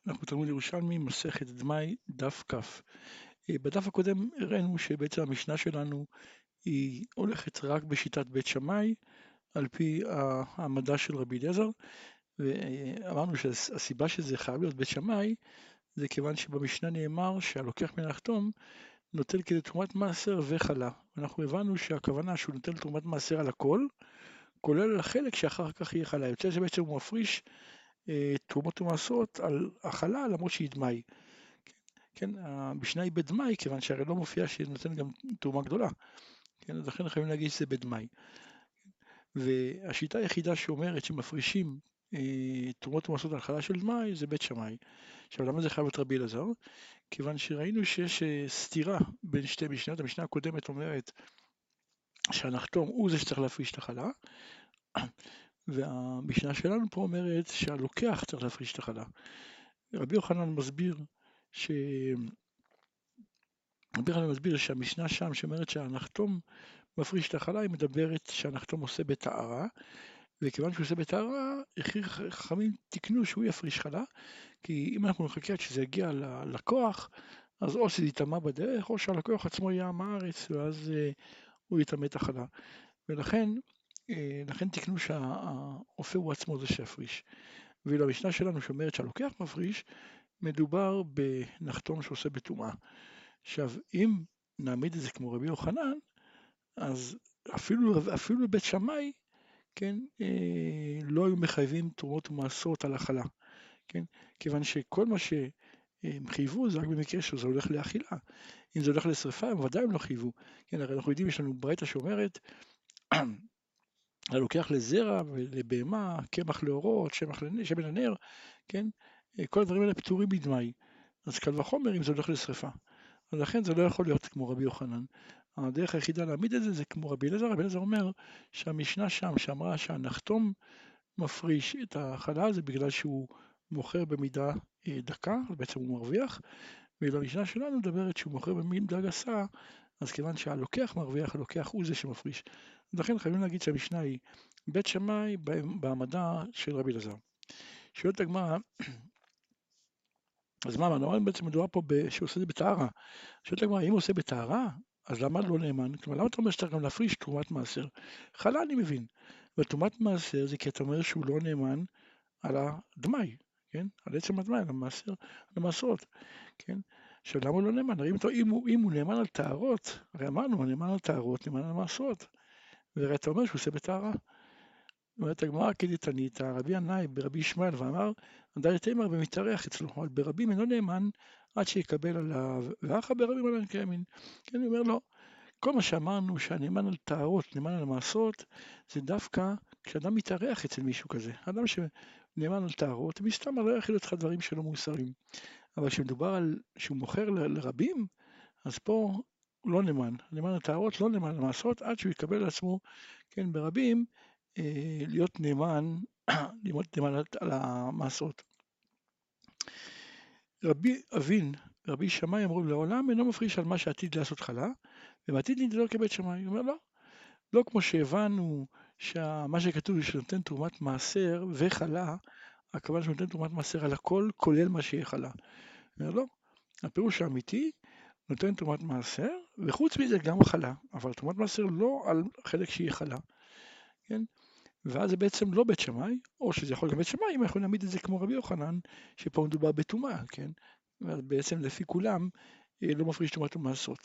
אנחנו תלמוד ירושלמי, מסכת דמאי, דף כ. בדף הקודם הראינו שבעצם המשנה שלנו היא הולכת רק בשיטת בית שמאי, על פי העמדה של רבי אליעזר, ואמרנו שהסיבה שזה חייב להיות בית שמאי, זה כיוון שבמשנה נאמר שהלוקח מן הנחתום נוטל כדי תרומת מעשר וחלה. אנחנו הבנו שהכוונה שהוא נוטל תרומת מעשר על הכל, כולל על החלק שאחר כך יהיה חלה. יוצא שבעצם הוא מפריש תרומות ומעשרות על החלה למרות שהיא דמאי. כן, המשנה היא בדמאי, כיוון שהרי לא מופיע שנותן גם תרומה גדולה. כן, אז לכן חייבים להגיד שזה בדמאי. והשיטה היחידה שאומרת שמפרישים תרומות ומעשרות על חלה של דמאי זה בית שמאי. עכשיו למה זה חייב להיות רבי אלעזר? כיוון שראינו שיש סתירה בין שתי משנות. המשנה הקודמת אומרת שהנחתום הוא זה שצריך להפריש את החלה, והמשנה שלנו פה אומרת שהלוקח צריך להפריש את החלה. רבי יוחנן מסביר שהמשנה שם שאומרת שהנחתום מפריש את החלה, היא מדברת שהנחתום עושה בטהרה, וכיוון שהוא עושה בטהרה, חכמים תיקנו שהוא יפריש חלה, כי אם אנחנו נחכה עד שזה יגיע ללקוח, אז או שזה יטמא בדרך, או שהלקוח עצמו יהיה עם הארץ, ואז הוא יטמא את החלה. ולכן תיקנו שהאופה הוא עצמו זה שיפריש. ואילו המשנה שלנו שאומרת שהלוקח מפריש, מדובר בנחתום שעושה בטומאה. עכשיו, אם נעמיד את זה כמו רבי יוחנן, אז אפילו בית שמאי, כן, לא היו מחייבים תרומות ומעשרות על החלה, כן, כיוון שכל מה שהם חייבו זה רק במקרה שזה הולך לאכילה. אם זה הולך לשריפה, הם ודאי לא חייבו. כן, הרי אנחנו יודעים, יש לנו ברייתא שאומרת, הלוקח לזרע ולבהמה, קמח לאורות, שמן הנר, כן, כל הדברים האלה פטורים מדמאי. אז קל וחומר אם זה הולך לשריפה. אז לכן זה לא יכול להיות כמו רבי יוחנן. הדרך היחידה להעמיד את זה זה כמו רבי אליעזר. רבי אליעזר אומר שהמשנה שם שאמרה שהנחתום מפריש את החלה זה בגלל שהוא מוכר במידה דקה, בעצם הוא מרוויח, ואילו המשנה שלנו מדברת שהוא מוכר במידה גסה, אז כיוון שהלוקח מרוויח, הלוקח הוא זה שמפריש. לכן חייבים להגיד שהמשנה היא בית שמאי בעמדה של רבי אליעזר. שואלת הגמרא, אז מה, בעצם מדובר פה שהוא עושה את זה בטהרה. שואלת הגמרא, אם הוא עושה בטהרה, אז למה לא נאמן? כלומר, למה אתה אומר שצריך גם להפריש תרומת מעשר? חלה אני מבין, אבל תרומת מעשר זה כי אתה אומר שהוא לא נאמן על הדמאי, כן? על עצם הדמאי, על המעשרות, כן? עכשיו, למה הוא לא נאמן? הרי אם הוא נאמן על טהרות, הרי אמרנו, הוא נאמן על טהרות, נאמן על מעשרות, והרי אתה אומר שהוא עושה בטהרה. אומרת הגמרא כדתנית, רבי ינאי ברבי ישמעאל ואמר, עדיין תימר ומתארח אצלו, אבל ברבים אינו נאמן עד שיקבל עליו, ואחר ברבים עליו קיימין. כן, הוא אומר לו, כל מה שאמרנו שהנאמן על טהרות, נאמן על מעשרות, זה דווקא כשאדם מתארח אצל מישהו כזה. אדם שנאמן על טהרות, מסתם לא יכיל אותך דברים שלא מוסרים. אבל כשמדובר על שהוא מוכר לרבים, אז פה הוא לא נאמן. נאמן על טהרות, לא נאמן על מעשרות, עד שהוא יקבל לעצמו, כן, ברבים, להיות נאמן על המעשרות. רבי אבין ורבי שמאי אמרו לעולם אינו מפריש על מה שעתיד לעשות חלה, ובעתיד נדלו כבית שמאי. הוא אומר לא כמו שהבנו שמה שכתוב שנותן תרומת מעשר וחלה, הכוונה שנותן תרומת מעשר על הכל, כולל מה שיהיה חלה. הוא אומר לא, הפירוש האמיתי נותן תרומת מעשר, וחוץ מזה גם חלה, אבל תרומת מעשר לא על חלק שיהיה חלה. כן? ואז זה בעצם לא בית שמאי, או שזה יכול להיות בית שמאי, אם אנחנו נעמיד את זה כמו רבי יוחנן, שפה מדובר בטומאה, כן? ואז בעצם לפי כולם לא מפריש תרומת ומעשרות.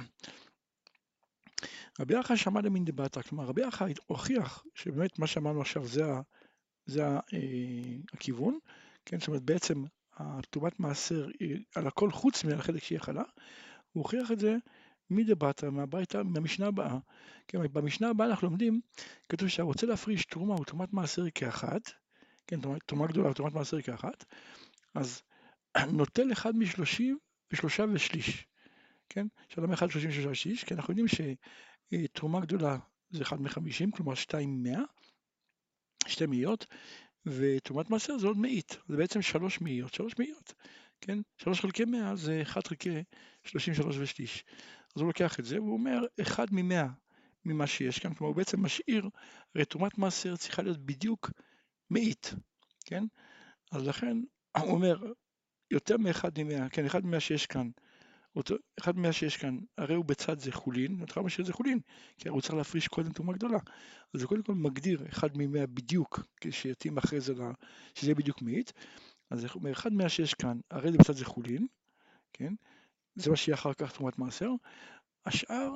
רבי אחא שמע למין דבתרא, כלומר רבי אחא הוכיח שבאמת מה שאמרנו עכשיו זה הכיוון, כן? זאת אומרת בעצם תרומת מעשר על הכל חוץ מהחלק שיהיה חלה, הוא הוכיח את זה מדבתרא, מהמשנה הבאה. כן, במשנה הבאה אנחנו לומדים, כתוב שהרוצה להפריש תרומה או תרומת מעשר כאחת, כן, תרומה גדולה ותרומת מעשר כאחת, אז נוטל אחד מ33 ושליש, כן, שלום 1 33 שליש, כי אנחנו יודעים שתרומה גדולה זה 1 מ-50, כלומר 2 מ-100, 2 מאיות, ותרומת מעשר זה עוד מאית, זה בעצם 3 מאיות, 3 מאיות, כן, 3 חלקי 100 זה 1 חלקי 33 ושליש. אז הוא לוקח את זה, והוא אומר 1 מ-100 ממה שיש כאן, כלומר הוא בעצם משאיר, הרי תרומת מעשר צריכה להיות בדיוק מאית, כן? אז לכן הוא אומר, יותר מאחד ממאה, כן, אחד ממאה שיש כאן, אחד ממאה שיש כאן, הרי הוא בצד זה חולין, נתחיל משאיר את זה חולין, כי הוא צריך להפריש קודם תרומה גדולה. אז הוא קודם כל מגדיר אחד ממאה בדיוק, כשיתאים אחרי זה, שזה בדיוק מאית. אז הוא אומר, אחד ממאה שיש כאן, הרי זה בצד זה חולין, כן? זה מה שיהיה אחר כך תרומת מעשר. השאר,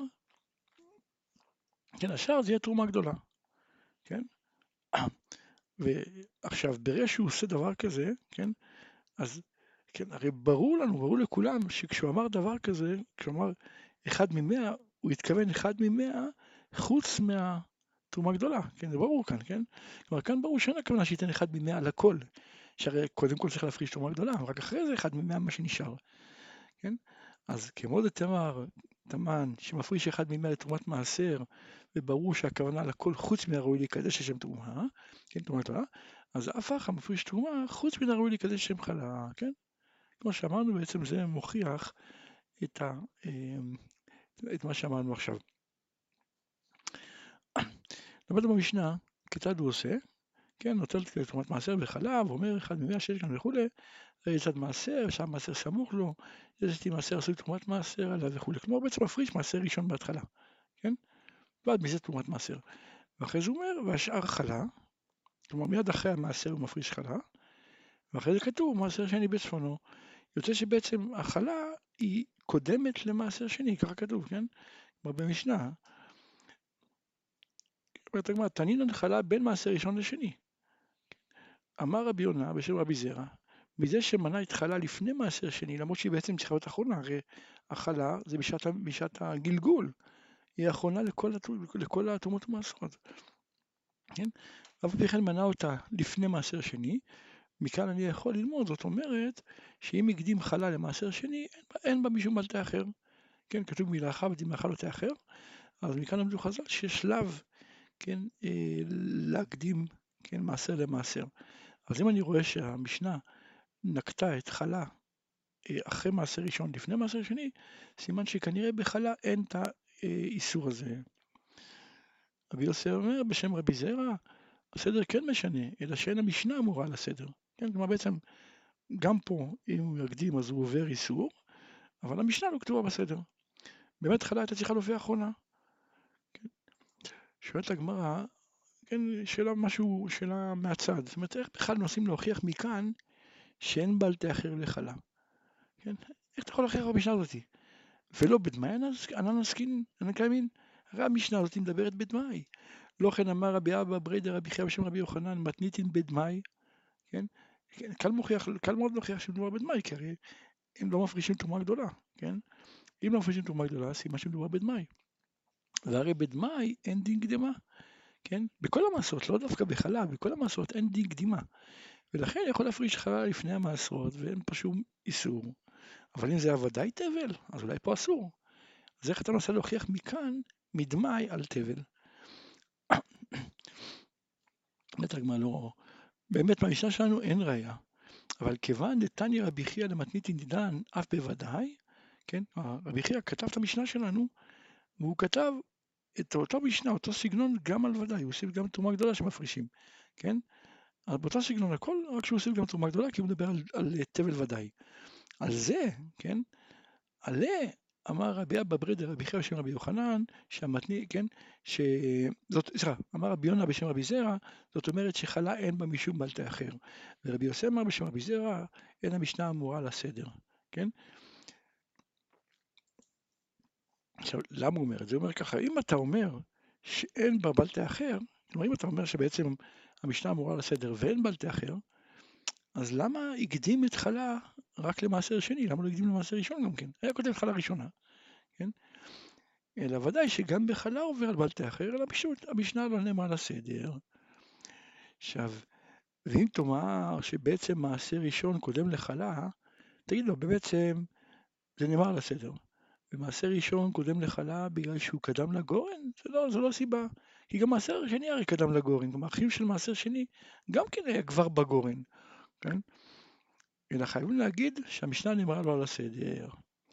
כן, השאר זה יהיה תרומה גדולה, כן? ועכשיו, ברגע שהוא עושה דבר כזה, כן? אז, כן, הרי ברור לנו, ברור לכולם, שכשהוא אמר דבר כזה, כשהוא אמר אחד ממאה, הוא התכוון אחד ממאה חוץ מהתרומה גדולה, כן, זה ברור כאן, כן? כלומר, כאן ברור שאין הכוונה שייתן אחד ממאה לכל, שהרי קודם כל צריך להפריש תרומה גדולה, רק אחרי זה אחד ממאה מה שנשאר, כן? אז כמו דתמר, תמן, שמפריש אחד ממאה לתרומת מעשר, וברור שהכוונה לכל חוץ מהראוי להיקדש לשם תרומה, כן, תרומה גדולה, אז אף אחד מפריש תרומה חוץ מן הראוי להיקדש לשם חלה, כן? כמו שאמרנו, בעצם זה מוכיח את, את מה שאמרנו עכשיו. למדנו במשנה, כיצד הוא עושה, כן, נוטל תרומת מעשר בחלב, אומר אחד ממאה שיש כאן וכולי, זה יצד מעשר, שם מעשר סמוך לו, זה שתי מעשר עשוי תרומת מעשר עליו וכולי. כלומר, בעצם מפריש מעשר ראשון בהתחלה, כן? ועד מזה תרומת מעשר. ואחרי זה הוא אומר, והשאר חלה, כלומר מיד אחרי המעשר הוא מפריש חלה, ואחרי זה כתוב מעשר שני בצפונו. יוצא שבעצם החלה היא קודמת למעשר שני, ככה כתוב, כן? כלומר במשנה, אומרת הגמרא, תנינן חלה בין מעשר ראשון לשני. אמר רבי יונה בשם רבי זרע, מזה שמנה את חלה לפני מעשר שני, למרות שהיא בעצם צריכה להיות אחרונה, הרי החלה זה בשעת הגלגול, היא האחרונה לכל התרומות ומעשרות, כן? אבל בכלל מנה אותה לפני מעשר שני, מכאן אני יכול ללמוד, זאת אומרת, שאם הקדים חלה למעשר שני, אין בה משום על תאחר, כן? כתוב מלאכה ותמלאכה לא תאחר, אז מכאן למדו חז"ל שיש שלב, כן, להקדים, כן, מעשר למעשר. אז אם אני רואה שהמשנה נקטה את חלה אחרי מעשר ראשון לפני מעשר שני, סימן שכנראה בחלה אין את האיסור הזה. רבי יוסי אומר בשם רבי זרע, הסדר כן משנה, אלא שאין המשנה אמורה על הסדר. כן, כלומר בעצם גם פה אם הוא יקדים אז הוא עובר איסור, אבל המשנה לא כתובה בסדר. באמת חלה הייתה צריכה להופיע אחרונה. כן. שואלת הגמרא, כן, שאלה מהצד, זאת אומרת איך בכלל מנסים להוכיח מכאן שאין בעל תאחר לחלה. כן? איך אתה יכול להוכיח במשנה הזאתי? ולא בדמאי אנן עסקין, אנן קיימין. הרי המשנה הזאת מדברת בדמאי. לא כן אמר רבי אבא בריידר רבי חייא בשם רבי יוחנן מתניתין בדמאי. כן? קל מאוד להוכיח שמדובר בדמאי, כי הרי הם לא מפרישים תרומה גדולה. כן? אם לא מפרישים תרומה גדולה, סימן שמדובר בדמאי. והרי בדמאי אין דין קדימה. כן? בכל המעשרות, לא דווקא בחלה, בכל המעשרות אין דין קדימה. ולכן יכול להפריש חלה לפני המעשרות ואין פה שום איסור. אבל אם זה היה ודאי תבל, אז אולי פה אסור. אז איך אתה מנסה להוכיח מכאן, מדמאי על תבל? באמת הגמרא לא... באמת במשנה שלנו אין ראיה. אבל כיוון דתני רבי חייא למתניתין דידן אף בוודאי, כן? רבי חייא כתב את המשנה שלנו, והוא כתב את אותו משנה, אותו סגנון גם על ודאי, הוא הוסיף גם תרומה גדולה שמפרישים, כן? אז באותו סגנון הכל, רק שהוא הוסיף גם תרומה גדולה, כי הוא מדבר על תבל ודאי. על זה, כן? עלה אמר רבי אבא בריידר רבי חייא בשם רבי יוחנן, שהמתני, כן, אמר רבי יונה בשם רבי זרע, זאת אומרת שחלה אין בה משום בעל תאחר. ורבי יוסי אמר בשם רבי זרע, אין המשנה אמורה על הסדר, כן? עכשיו, למה הוא אומר את זה? הוא אומר ככה, אם אתה אומר שאין בה בעל תאחר, כלומר אם אתה אומר שבעצם המשנה אמורה על הסדר ואין בעל תאחר, אז למה הקדים את חלה רק למעשר שני? למה לא הקדים למעשר ראשון גם כן? היה כותב חלה ראשונה, כן? אלא ודאי שגם בחלה עובר על בעל תאחר, אלא פשוט המשנה לא נאמר על הסדר. עכשיו, ואם תאמר שבעצם מעשר ראשון קודם לחלה, תגיד לו, בעצם זה נאמר על הסדר. ומעשר ראשון קודם לחלה בגלל שהוא קדם לגורן, זו לא סיבה. כי גם מעשר שני הרי קדם לגורן, כלומר החיוב של מעשר שני גם כן היה כבר בגורן, כן? אלא חייבים להגיד שהמשנה נאמרה לו על הסדר.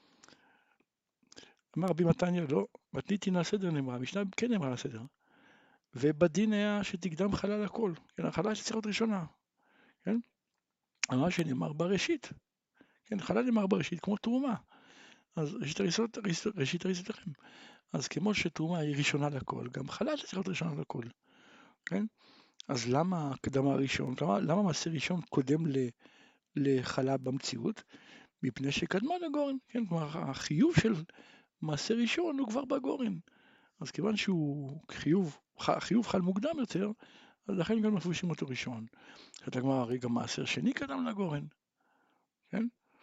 אמר רבי מתניא, לא, מתניתין על הסדר נאמרה, המשנה כן נאמרה על הסדר. ובדין היה שתקדם חלה לכל, כן, החלה שצריכה להיות ראשונה, כן? מה שנאמר בראשית, כן, חלה נאמר בראשית כמו תרומה, אז ראשית הריסותיכם. אז כמו שתרומה היא ראשונה לכל, גם חלה צריכה להיות ראשונה לכל, כן? אז למה הקדם הראשון? למה מעשה ראשון קודם לחלה במציאות? מפני שקדמה לגורן, כן? כלומר, החיוב של מעשה ראשון הוא כבר בגורן. אז כיוון החיוב חל מוקדם יותר, אז לכן גם מפרישים אותו ראשון. אומרת הגמרא, הרי גם מעשר שני קדם לגורן, כן?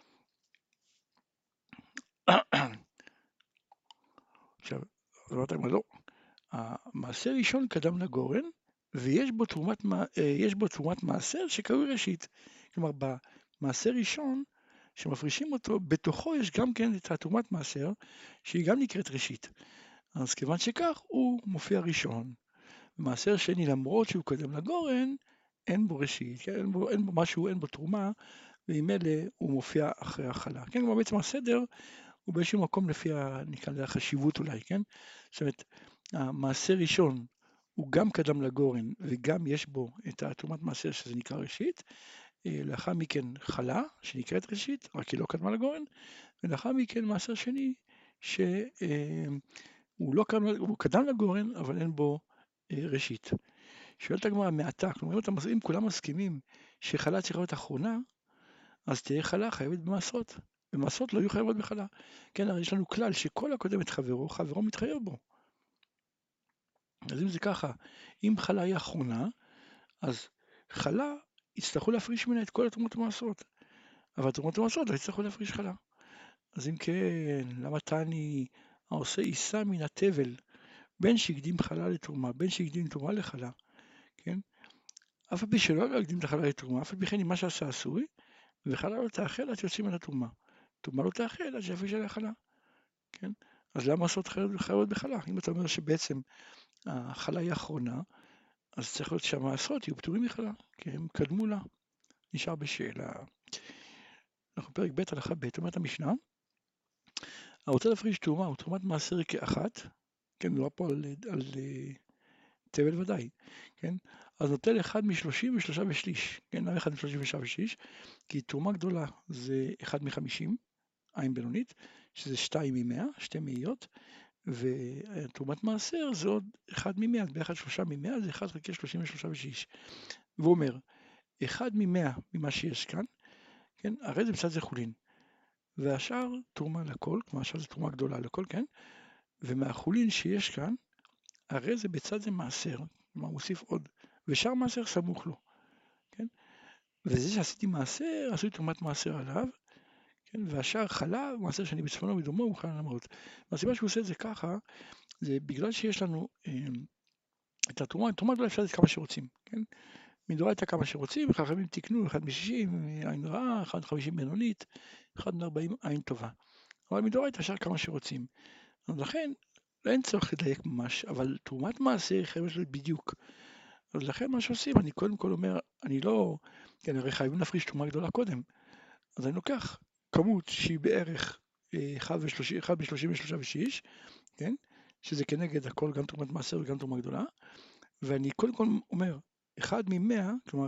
עכשיו, אומרת הגמרא, לא, המעשר ראשון קדם לגורן, ויש בו תרומת מעשר שקרוי ראשית. כלומר, במעשר ראשון, שמפרישים אותו, בתוכו יש גם כן את התרומת מעשר, שהיא גם נקראת ראשית. אז כיוון שכך, הוא מופיע ראשון. מעשר שני, למרות שהוא קודם לגורן, אין בו ראשית, כן? אין בו משהו, אין בו תרומה, ועם אלה הוא מופיע אחרי החלה. כן, כלומר בעצם הסדר הוא באיזשהו מקום לפי, נקרא לזה החשיבות אולי, כן? זאת אומרת, המעשר ראשון הוא גם קדם לגורן וגם יש בו את התרומת מעשר שזה נקרא ראשית, לאחר מכן חלה שנקראת ראשית, רק היא לא קדמה לגורן, ולאחר מכן מעשר שני שהוא לא קדם, הוא קדם לגורן אבל אין בו ראשית. שואלת הגמרא מעתה, כלומר אם כולם מסכימים שחלה צריכה להיות אחרונה, אז תהיה חלה חייבת במעשרות, ומעשרות לא יהיו חייבות בחלה. כן, הרי יש לנו כלל שכל הקודם את חברו, חברו מתחייב בו. אז אם זה ככה, אם חלה היא אחרונה, אז חלה יצטרכו להפריש ממנה את כל התרומות המעשרות, אבל התרומות המעשרות לא יצטרכו להפריש חלה. אז אם כן, למה תני העושה עיסה מן התבל, בין שהקדים חלה לתרומה, בין שהקדים תרומה לחלה, כן? אף על פי שלא להקדים את החלה לתרומה, אף על פי כן אם מה שעשה עשוי, וחלה לא תאכל עד שיוצאים מן התרומה. תרומה לא תאכל עד שיפריש עליה חלה, כן? אז למה לעשות חיות בחלה? אם אתה אומר שבעצם החלה היא האחרונה, אז צריך להיות שהמעשרות יהיו פטורים מחלה, כי הם קדמו לה. נשאר בשאלה. אנחנו פרק ב' הלכה ב', אומרת המשנה, הרוצה להפריש תרומה או תרומת מעשר כאחת, כן, מדובר פה על תבל ודאי, כן? אז נוטל אחד מ-30 ושלושה ושליש, כן? למה אחד מ-30 ושליש? כי תרומה גדולה זה 1 מ-50, עין בינונית, שזה 2 מ-100, 2 מאיות, ותרומת מעשר זה עוד 1 מ-100, ביחד 3 מ-100 זה 1 חלקי 33 ושליש. והוא אומר, 1 מ-100 ממה שיש כאן, כן? הרי זה בצד זה חולין. והשאר תרומה לכל, כלומר השאר זה תרומה גדולה לכל, כן? ומהחולין שיש כאן, הרי זה בצד זה מעשר, כלומר מוסיף עוד, ושאר מעשר סמוך לו, כן? וזה שעשיתי מעשר, עשיתי תרומת מעשר עליו, כן? והשאר חלה, מעשר שאני בצפונו ודומו, הוא חלה למרות. והסיבה שהוא עושה את זה ככה, זה בגלל שיש לנו את התרומה גדולה אפשר לתת כמה שרוצים, כן? מדאורייתא כמה שרוצים, חכמים תיקנו 1 מ-60 עין רעה, 1 מ-50 בינונית, 1 מ-40 עין טובה. אבל מדאורייתא אפשר כמה שרוצים. אז לכן אין צורך לדייק ממש, אבל תרומת מעשר חייבת להיות בדיוק. אז לכן מה שעושים, אני קודם כל אומר, אני לא, כן, הרי חייבים להפריש תרומה גדולה קודם, אז אני לוקח כמות שהיא בערך 1 מ-33 ושליש, כן? שזה כנגד הכל, גם תרומת מעשר וגם תרומה גדולה, ואני קודם כל אומר, 1 מ-100, כלומר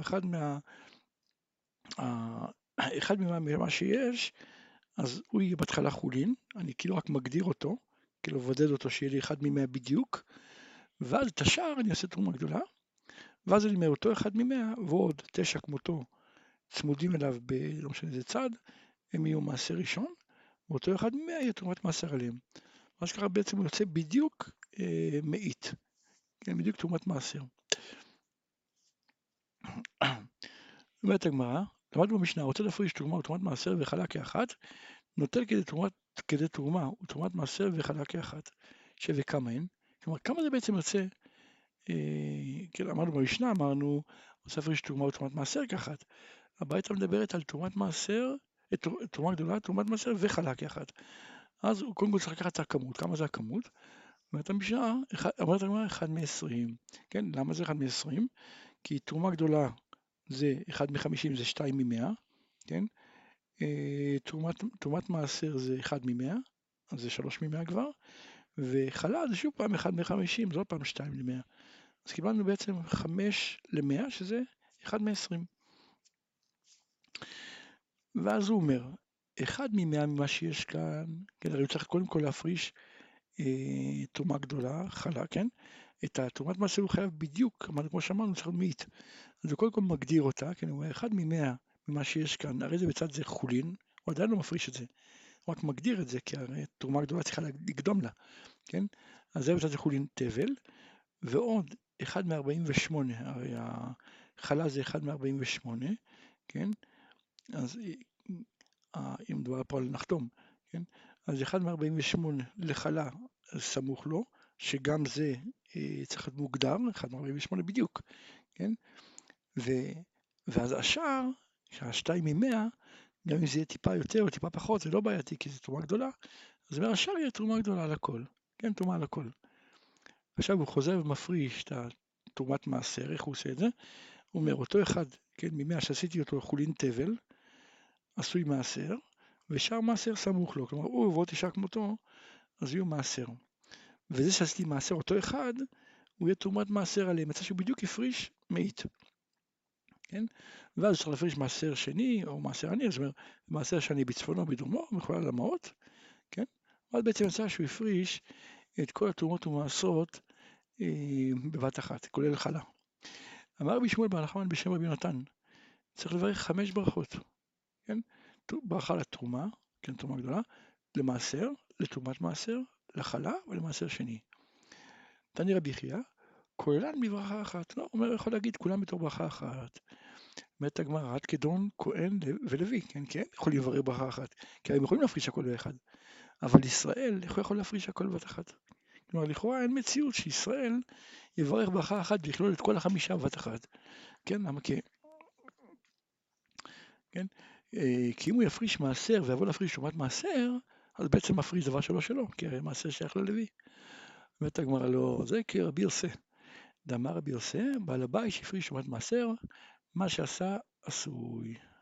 1 ממה שיש, אז הוא יהיה בהתחלה חולין, אני כאילו רק מגדיר אותו, כאילו מבודד אותו שיהיה לי 1 מ-100 בדיוק, ואז את השאר אני אעשה תרומה גדולה, ואז אני אומר אותו 1 מ-100 ועוד 9 כמותו צמודים אליו לא משנה איזה צד, הם יהיו מעשר ראשון, ואותו 1 מ-100 יהיה תרומת מעשר עליהם. אז ככה בעצם הוא יוצא בדיוק מאית, כן, בדיוק תרומת מעשר. אומרת הגמרא, למדנו במשנה, רוצה להפריש תרומה ותרומת מעשר וחלה כאחת, נוטל כדי תרומה ותרומת מעשר וחלה כאחת, שווה כמה הן? כלומר, כמה זה בעצם יוצא? כן, אמרנו במשנה, רוצה להפריש תרומה ותרומת מעשר כאחת. הברייתא מדברת על תרומת מעשר, תרומה גדולה, תרומת מעשר וחלה כאחת. אז הוא קודם כל צריך לקחת את הכמות, כמה זה הכמות? אומרת המשנה, אומרת הגמרא 1 מ-20, כן, למה זה 1 מ-20? כי תרומה גדולה זה 1 מ-50 זה 2 מ-100, כן? תרומת מעשר זה 1 מ-100, אז זה 3 מ-100 כבר, וחלה זה שוב פעם 1 מ-50, זה עוד פעם 2 ל-100. אז קיבלנו בעצם 5 ל-100, שזה 1 מ-20. ואז הוא אומר, אחד מ-100 ממה שיש כאן, כן, הרי הוא צריך קודם כל להפריש תרומה גדולה, חלה, כן? את התרומת מעשר הוא חייב בדיוק, כמו שאמרנו, צריך להיות מאית. אז הוא קודם כל מגדיר אותה, כן, הוא אומר, אחד מ-100 ממה שיש כאן, הרי זה בצד זה חולין, הוא עדיין לא מפריש את זה, הוא רק מגדיר את זה, כי הרי תרומה גדולה צריכה לקדום לה, כן? אז זה בצד זה חולין תבל, ועוד 1 מ-48, הרי החלה זה 1 מ-48, כן? אז אם מדובר פה על נחתום, כן? אז 1 מ-48 לחלה סמוך לו, שגם זה צריך להיות מוגדר, 1 מ-48 בדיוק, כן? ואז השאר, שה-2 מ-100, גם אם זה יהיה טיפה יותר או טיפה פחות, זה לא בעייתי כי זו תרומה גדולה, אז השאר יהיה תרומה גדולה על הכל, כן? תרומה על הכל. עכשיו הוא חוזר ומפריש את תרומת מעשר, איך הוא עושה את זה? הוא אומר, אותו אחד, כן, מ-100 שעשיתי אותו חולין תבל, עשוי מעשר, ושאר מעשר סמוך לו, כלומר הוא ועוד תשעה כמותו, אז יהיו מעשר. וזה שעשיתי מעשר אותו אחד, הוא יהיה תרומת מעשר עליהם, מצא שהוא בדיוק הפריש מאית. כן? ואז צריך להפריש מעשר שני או מעשר עני, זאת אומרת, מעשר שני בצפונו, בדרומו, מחולל למעות, כן? ואז בעצם יצא שהוא הפריש את כל התרומות ומעשרות בבת אחת, כולל חלה. אמר רבי שמואל בר נחמן בשם רבי יונתן, צריך לברך 5 ברכות, כן? ברכה לתרומה, כן, תרומה גדולה, למעשר, לתרומת מעשר, לחלה ולמעשר שני. תני רבי חייא, כולן בברכה אחת. לא, הוא אומר, יכול להגיד כולם בתור ברכה אחת. אומרת הגמרא, עד כדון כהן ולוי, כן? כי הם יכולים לברר ברכה אחת, כי הם יכולים להפריש הכל באחד. אבל ישראל, איך הוא יכול להפריש הכל בבת אחת? כלומר, לכאורה אין מציאות שישראל יברך ברכה אחת ויכלול את כל 5 בבת אחת. כן? למה? כן? כי אם הוא יפריש מעשר ויבוא להפריש תרומת מעשר, אז בעצם מפריש דבר שלא שלו, כי הרי מעשר שייך ללוי. אומרת הגמרא, לא, זה כרבי יוסי. דאמר רבי יוסי, בעל הבית שהפריש תרומת מעשר, מה שעשה עשוי.